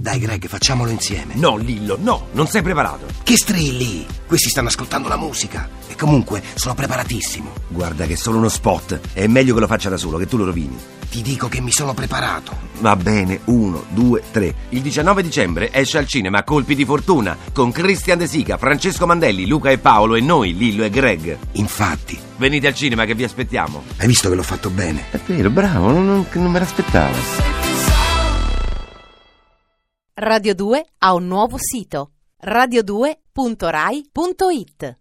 Dai Greg, facciamolo insieme. No, Lillo, no, non sei preparato. Che strilli? Questi stanno ascoltando la musica. E comunque sono preparatissimo. Guarda che è solo uno spot. È meglio che lo faccia da solo, che tu lo rovini. Ti dico che mi sono preparato. Va bene, 1, 2, 3. Il 19 dicembre esce al cinema Colpi di fortuna con Christian De Sica, Francesco Mandelli, Luca e Paolo e noi, Lillo e Greg. Infatti. Venite al cinema che vi aspettiamo. Hai visto che l'ho fatto bene? È vero, bravo, non me l'aspettavo. Radio 2 ha un nuovo sito: radio2.rai.it.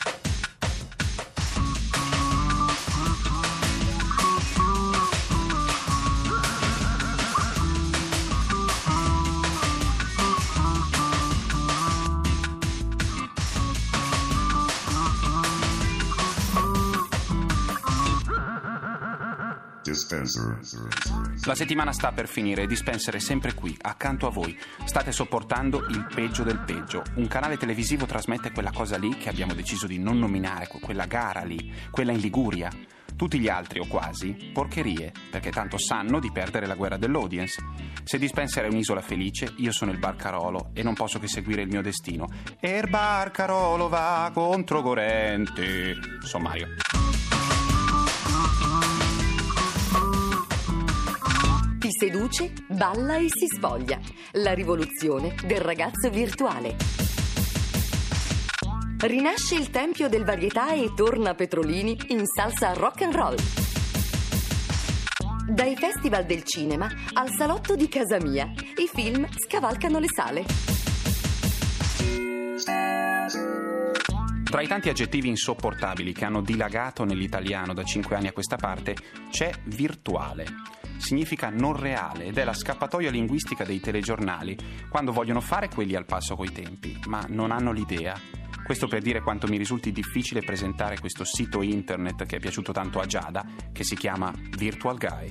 La settimana sta per finire e Dispenser è sempre qui, accanto a voi. State sopportando il peggio del peggio. Un canale televisivo trasmette quella cosa lì che abbiamo deciso di non nominare, quella gara lì, quella in Liguria. Tutti gli altri, o quasi, porcherie, perché tanto sanno di perdere la guerra dell'audience. Se Dispenser è un'isola felice, io sono il barcarolo e non posso che seguire il mio destino. E il barcarolo va controcorrente. Sommario. Ti seduce, balla e si spoglia. La rivoluzione del ragazzo virtuale. Rinasce il tempio del varietà e torna Petrolini in salsa rock and roll. Dai festival del cinema al salotto di casa mia, i film scavalcano le sale. Tra i tanti aggettivi insopportabili che hanno dilagato nell'italiano da 5 anni a questa parte, c'è virtuale. Significa non reale ed è la scappatoia linguistica dei telegiornali quando vogliono fare quelli al passo coi tempi, ma non hanno l'idea. Questo per dire quanto mi risulti difficile presentare questo sito internet che è piaciuto tanto a Giada, che si chiama Virtual Guy.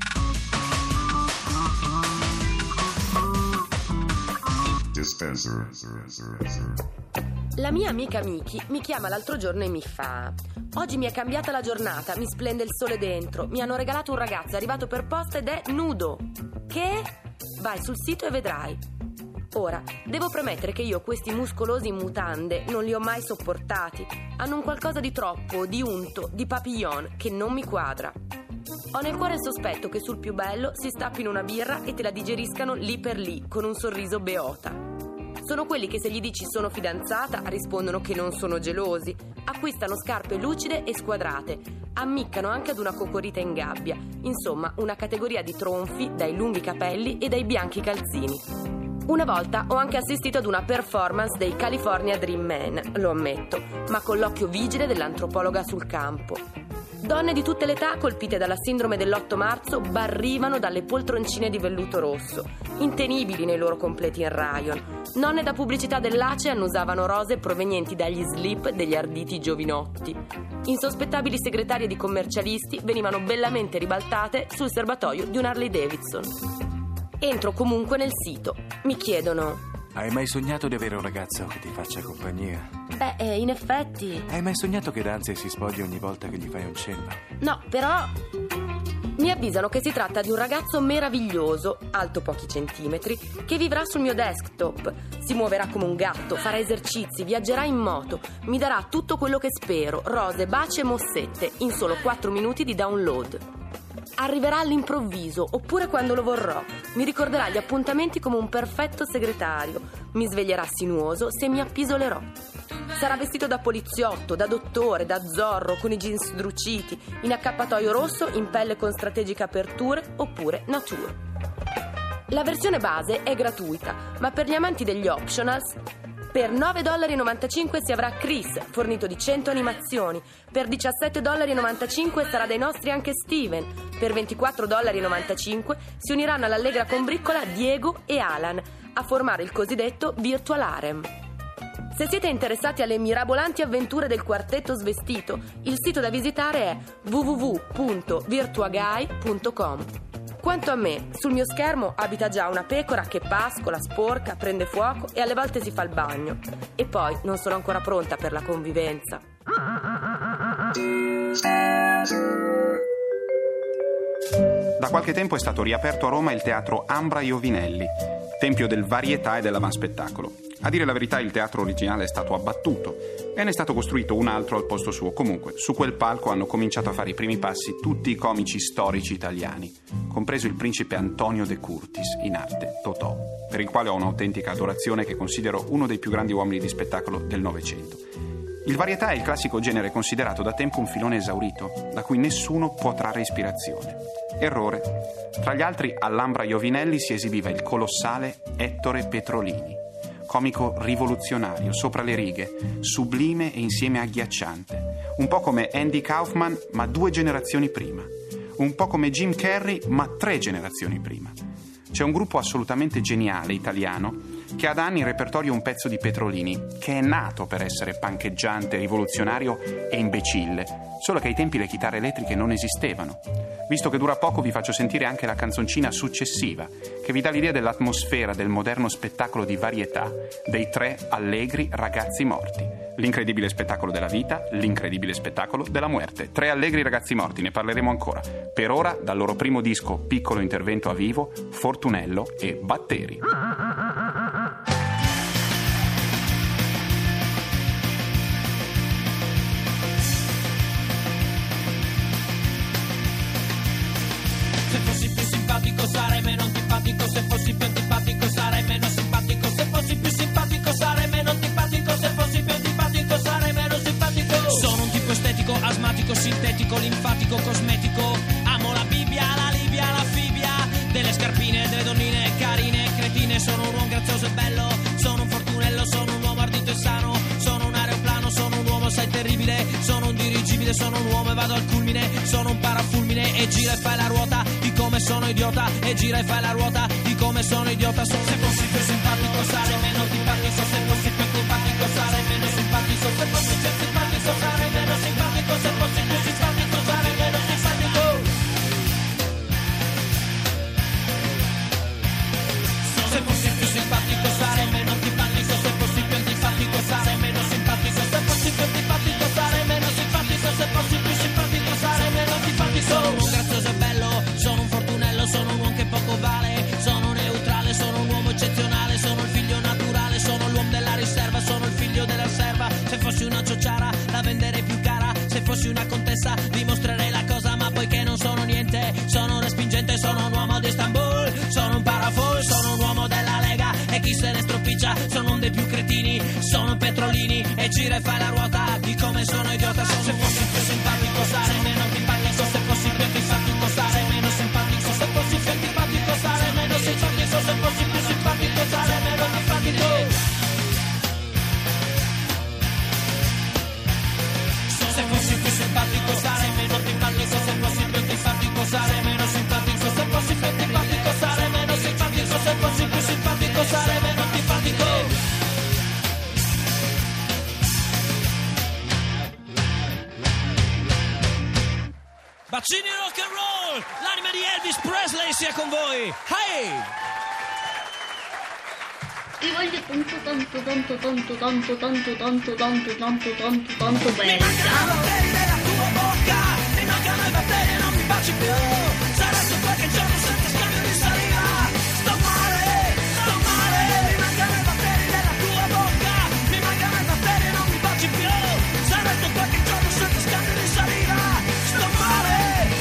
La mia amica Miki mi chiama l'altro giorno e mi fa: oggi mi è cambiata la giornata, mi splende il sole dentro, mi hanno regalato un ragazzo, è arrivato per posta ed è nudo. Che? Vai sul sito e vedrai. Ora, devo premettere che io questi muscolosi in mutande non li ho mai sopportati. Hanno un qualcosa di troppo, di unto, di papillon, che non mi quadra. Ho nel cuore il sospetto che sul più bello si stappino una birra e te la digeriscano lì per lì, con un sorriso beota. Sono quelli che se gli dici sono fidanzata rispondono che non sono gelosi, acquistano scarpe lucide e squadrate, ammiccano anche ad una cocorita in gabbia, insomma una categoria di tronfi dai lunghi capelli e dai bianchi calzini. Una volta ho anche assistito ad una performance dei California Dream Men, lo ammetto, ma con l'occhio vigile dell'antropologa sul campo. Donne di tutte le età colpite dalla sindrome dell'8 marzo barrivano dalle poltroncine di velluto rosso, intenibili nei loro completi in rayon. Nonne da pubblicità dell'ACE annusavano rose provenienti dagli slip degli arditi giovinotti. Insospettabili segretarie di commercialisti venivano bellamente ribaltate sul serbatoio di un Harley Davidson. Entro comunque nel sito. Mi chiedono: hai mai sognato di avere un ragazzo che ti faccia compagnia? Beh, in effetti. Hai mai sognato che danza e si spoglia ogni volta che gli fai un cenno? No, però mi avvisano che si tratta di un ragazzo meraviglioso, alto pochi centimetri, che vivrà sul mio desktop. Si muoverà come un gatto, farà esercizi, viaggerà in moto, mi darà tutto quello che spero, rose, baci e mossette, in solo 4 minuti di download. Arriverà all'improvviso, oppure quando lo vorrò. Mi ricorderà gli appuntamenti come un perfetto segretario. Mi sveglierà sinuoso se mi appisolerò. Sarà vestito da poliziotto, da dottore, da zorro, con i jeans sdruciti, in accappatoio rosso, in pelle con strategiche aperture, oppure nature. La versione base è gratuita, ma per gli amanti degli optionals, per $9,95 si avrà Chris, fornito di 100 animazioni. Per $17,95 sarà dei nostri anche Steven. Per $24,95 si uniranno all'allegra combriccola Diego e Alan a formare il cosiddetto Virtual Harem. Se siete interessati alle mirabolanti avventure del quartetto svestito, il sito da visitare è www.virtuaguy.com. Quanto a me, sul mio schermo abita già una pecora che pascola, sporca, prende fuoco e alle volte si fa il bagno. E poi non sono ancora pronta per la convivenza. Da qualche tempo è stato riaperto a Roma il teatro Ambra Iovinelli. tempio del varietà e dell'avanspettacolo. A dire la verità, il teatro originale è stato abbattuto e ne è stato costruito un altro al posto suo. Comunque, su quel palco hanno cominciato a fare i primi passi tutti i comici storici italiani, compreso il principe Antonio De Curtis, in arte Totò, per il quale ho un'autentica adorazione, che considero uno dei più grandi uomini di spettacolo del Novecento. Il varietà è il classico genere considerato da tempo un filone esaurito, da cui nessuno può trarre ispirazione. Errore. Tra gli altri, all'Ambra Iovinelli si esibiva il colossale Ettore Petrolini, comico rivoluzionario, sopra le righe, sublime e insieme agghiacciante. Un po' come Andy Kaufman, ma 2 generazioni prima. Un po' come Jim Carrey, ma 3 generazioni prima. C'è un gruppo assolutamente geniale italiano che ha da anni in repertorio un pezzo di Petrolini, che è nato per essere pancheggiante, rivoluzionario e imbecille, solo che ai tempi le chitarre elettriche non esistevano. Visto che dura poco, vi faccio sentire anche la canzoncina successiva, che vi dà l'idea dell'atmosfera del moderno spettacolo di varietà dei 3 allegri ragazzi morti. L'incredibile spettacolo della vita, l'incredibile spettacolo della muerte. 3 allegri ragazzi morti, ne parleremo ancora. Per ora, dal loro primo disco Piccolo intervento a vivo, Fortunello e Batteri. Se fossi più simpatico sarei meno antipatico, se fossi più antipatico sarei meno simpatico, se fossi più simpatico sarei meno antipatico, se fossi più antipatico sarei meno simpatico. Sono un tipo estetico, asmatico, sintetico, linfatico, cosmetico. Amo la Bibbia, la Libia, la Fibia, delle scarpine, delle donnine carine e cretine. Sono un uomo grazioso e bello, sono un fortunello, sono un uomo ardito e sano, sono un aeroplano, sono un uomo sai terribile, sono un dirigibile, sono un uomo e vado al culmine, sono un parafulmine e gira e fai la ruota di come sono idiota, e gira e fai la ruota di come sono idiota. Se fossi più simpatico sarei meno antipatico, se fossi più antipatico sarei meno simpatico, se fossi più simpatico sarei meno simpatico, se fossi più simpatico sarei meno simpatico. Se fossi più simpatico sarei meno antipatico, se fossi più antipatico sarei meno simpatico, se fossi più antipatico sarei meno simpatico, se fossi più simpatico sarei meno antipatico. Sono un grazioso e bello, sono un fortunello, sono un uomo che poco vale, sono neutrale, sono un uomo eccezionale, sono il figlio naturale, sono l'uomo della riserva, sono il figlio della serva. Se fossi una ciociara la venderei più cara, se fossi una contessa dimostrerei la cosa, ma poiché non sono niente, sono respingente, sono un uomo di Istanbul, sono un parafol, sono un uomo della Lega e chi se ne stropiccia, sono uno dei più cretini, sono Petrolini e gira e fai la ruota di come sono idiota. Se fossi più simpatico sarei meno antipatico, se fossi più antipatico sarei meno simpatico, se fossi più antipatico sarei meno simpatico, se fossi più simpatico sarei meno antipatico. Se fossi più simpatico sarei meno antipatico, se fossi più antipatico sarei meno simpatico, se fossi più antipatico sarei meno simpatico, se fossi più simpatico sarei meno antipatico. Bacini rock and roll, l'anima di Elvis Presley sia con voi. Hey! Ti voglio tanto tanto tanto tanto tanto tanto tanto tanto tanto tanto bene. Mi mancano i batteri della tua bocca, mi mancano i batteri e non mi baci più. Sarebbe qualche giorno senza scambio di saliva. Sto male, mi mancano i batteri della tua bocca, mi mancano i batteri e non mi baci più. Sarebbe qualche giorno senza scambio di saliva. Sto male,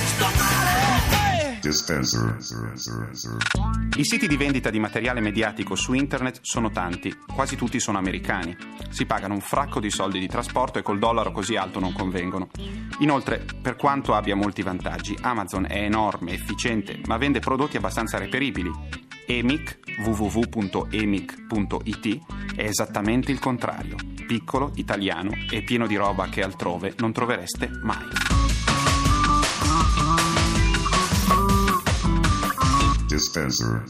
hey! Dispenser. I siti di vendita di materiale mediatico su internet sono tanti, quasi tutti sono americani. Si pagano un fracco di soldi di trasporto e col dollaro così alto non convengono. Inoltre, per quanto abbia molti vantaggi, Amazon è enorme, efficiente, ma vende prodotti abbastanza reperibili. EMIC, www.emic.it, è esattamente il contrario. Piccolo, italiano e pieno di roba che altrove non trovereste mai. Dispenser.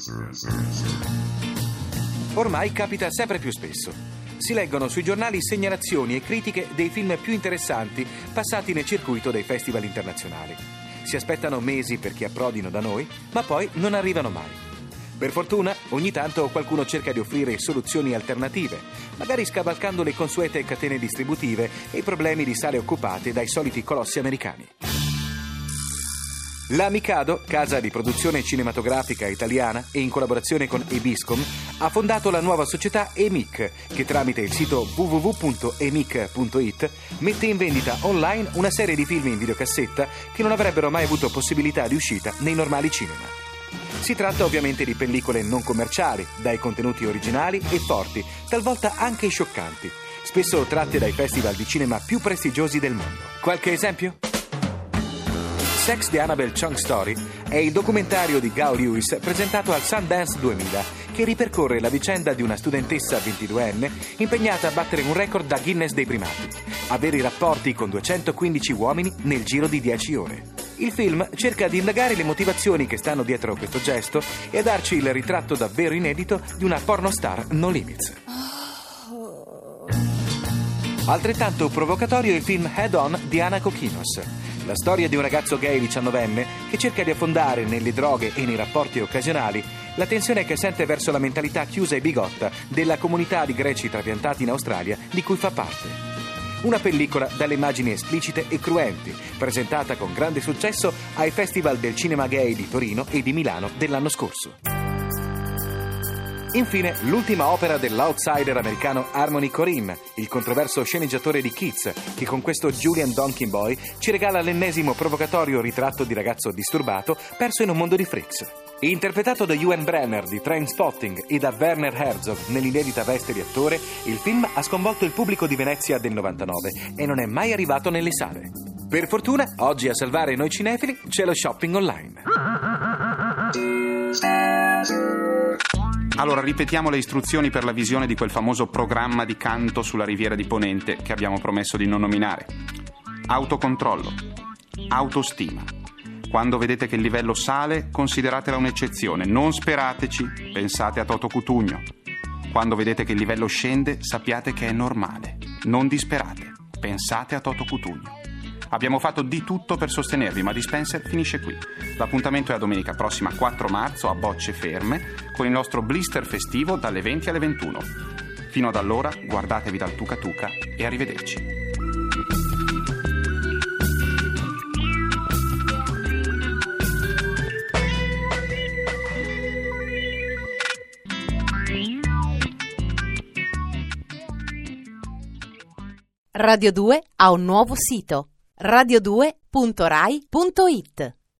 Ormai capita sempre più spesso. Si leggono sui giornali segnalazioni e critiche dei film più interessanti passati nel circuito dei festival internazionali. Si aspettano mesi perché approdino da noi, ma poi non arrivano mai. Per fortuna, ogni tanto qualcuno cerca di offrire soluzioni alternative, magari scavalcando le consuete catene distributive e i problemi di sale occupate dai soliti colossi americani. La Mikado, casa di produzione cinematografica italiana e in collaborazione con Ebiscom, ha fondato la nuova società EMIC, che tramite il sito www.emic.it mette in vendita online una serie di film in videocassetta che non avrebbero mai avuto possibilità di uscita nei normali cinema. Si tratta ovviamente di pellicole non commerciali, dai contenuti originali e forti, talvolta anche scioccanti, spesso tratte dai festival di cinema più prestigiosi del mondo. Qualche esempio? Sex di Annabelle Chung Story è il documentario di Gao Lewis presentato al Sundance 2000, che ripercorre la vicenda di una studentessa 22enne impegnata a battere un record da Guinness dei primati: avere i rapporti con 215 uomini nel giro di 10 ore. Il film cerca di indagare le motivazioni che stanno dietro questo gesto e a darci il ritratto davvero inedito di una pornostar no limits. Altrettanto provocatorio è il film Head On di Anna Kokinos, la storia di un ragazzo gay 19enne che cerca di affondare nelle droghe e nei rapporti occasionali la tensione che sente verso la mentalità chiusa e bigotta della comunità di greci trapiantati in Australia di cui fa parte. Una pellicola dalle immagini esplicite e cruenti, presentata con grande successo ai Festival del Cinema Gay di Torino e di Milano dell'anno scorso. Infine, l'ultima opera dell'outsider americano Harmony Korine, il controverso sceneggiatore di Kids, che con questo Julian Donkin Boy ci regala l'ennesimo provocatorio ritratto di ragazzo disturbato perso in un mondo di freaks. Interpretato da Ewan Brenner di Trainspotting e da Werner Herzog nell'inedita veste di attore, il film ha sconvolto il pubblico di Venezia del 99 e non è mai arrivato nelle sale. Per fortuna, oggi a salvare noi cinefili c'è lo shopping online. Allora, ripetiamo le istruzioni per la visione di quel famoso programma di canto sulla riviera di Ponente che abbiamo promesso di non nominare. Autocontrollo. Autostima. Quando vedete che il livello sale, consideratela un'eccezione. Non sperateci, pensate a Toto Cutugno. Quando vedete che il livello scende, sappiate che è normale. Non disperate, pensate a Toto Cutugno. Abbiamo fatto di tutto per sostenervi, ma Dispenser finisce qui. L'appuntamento è a domenica prossima 4 marzo a Bocce Ferme con il nostro blister festivo dalle 20 alle 21. Fino ad allora guardatevi dal Tuca Tuca e arrivederci. Radio 2 ha un nuovo sito: radio2.rai.it.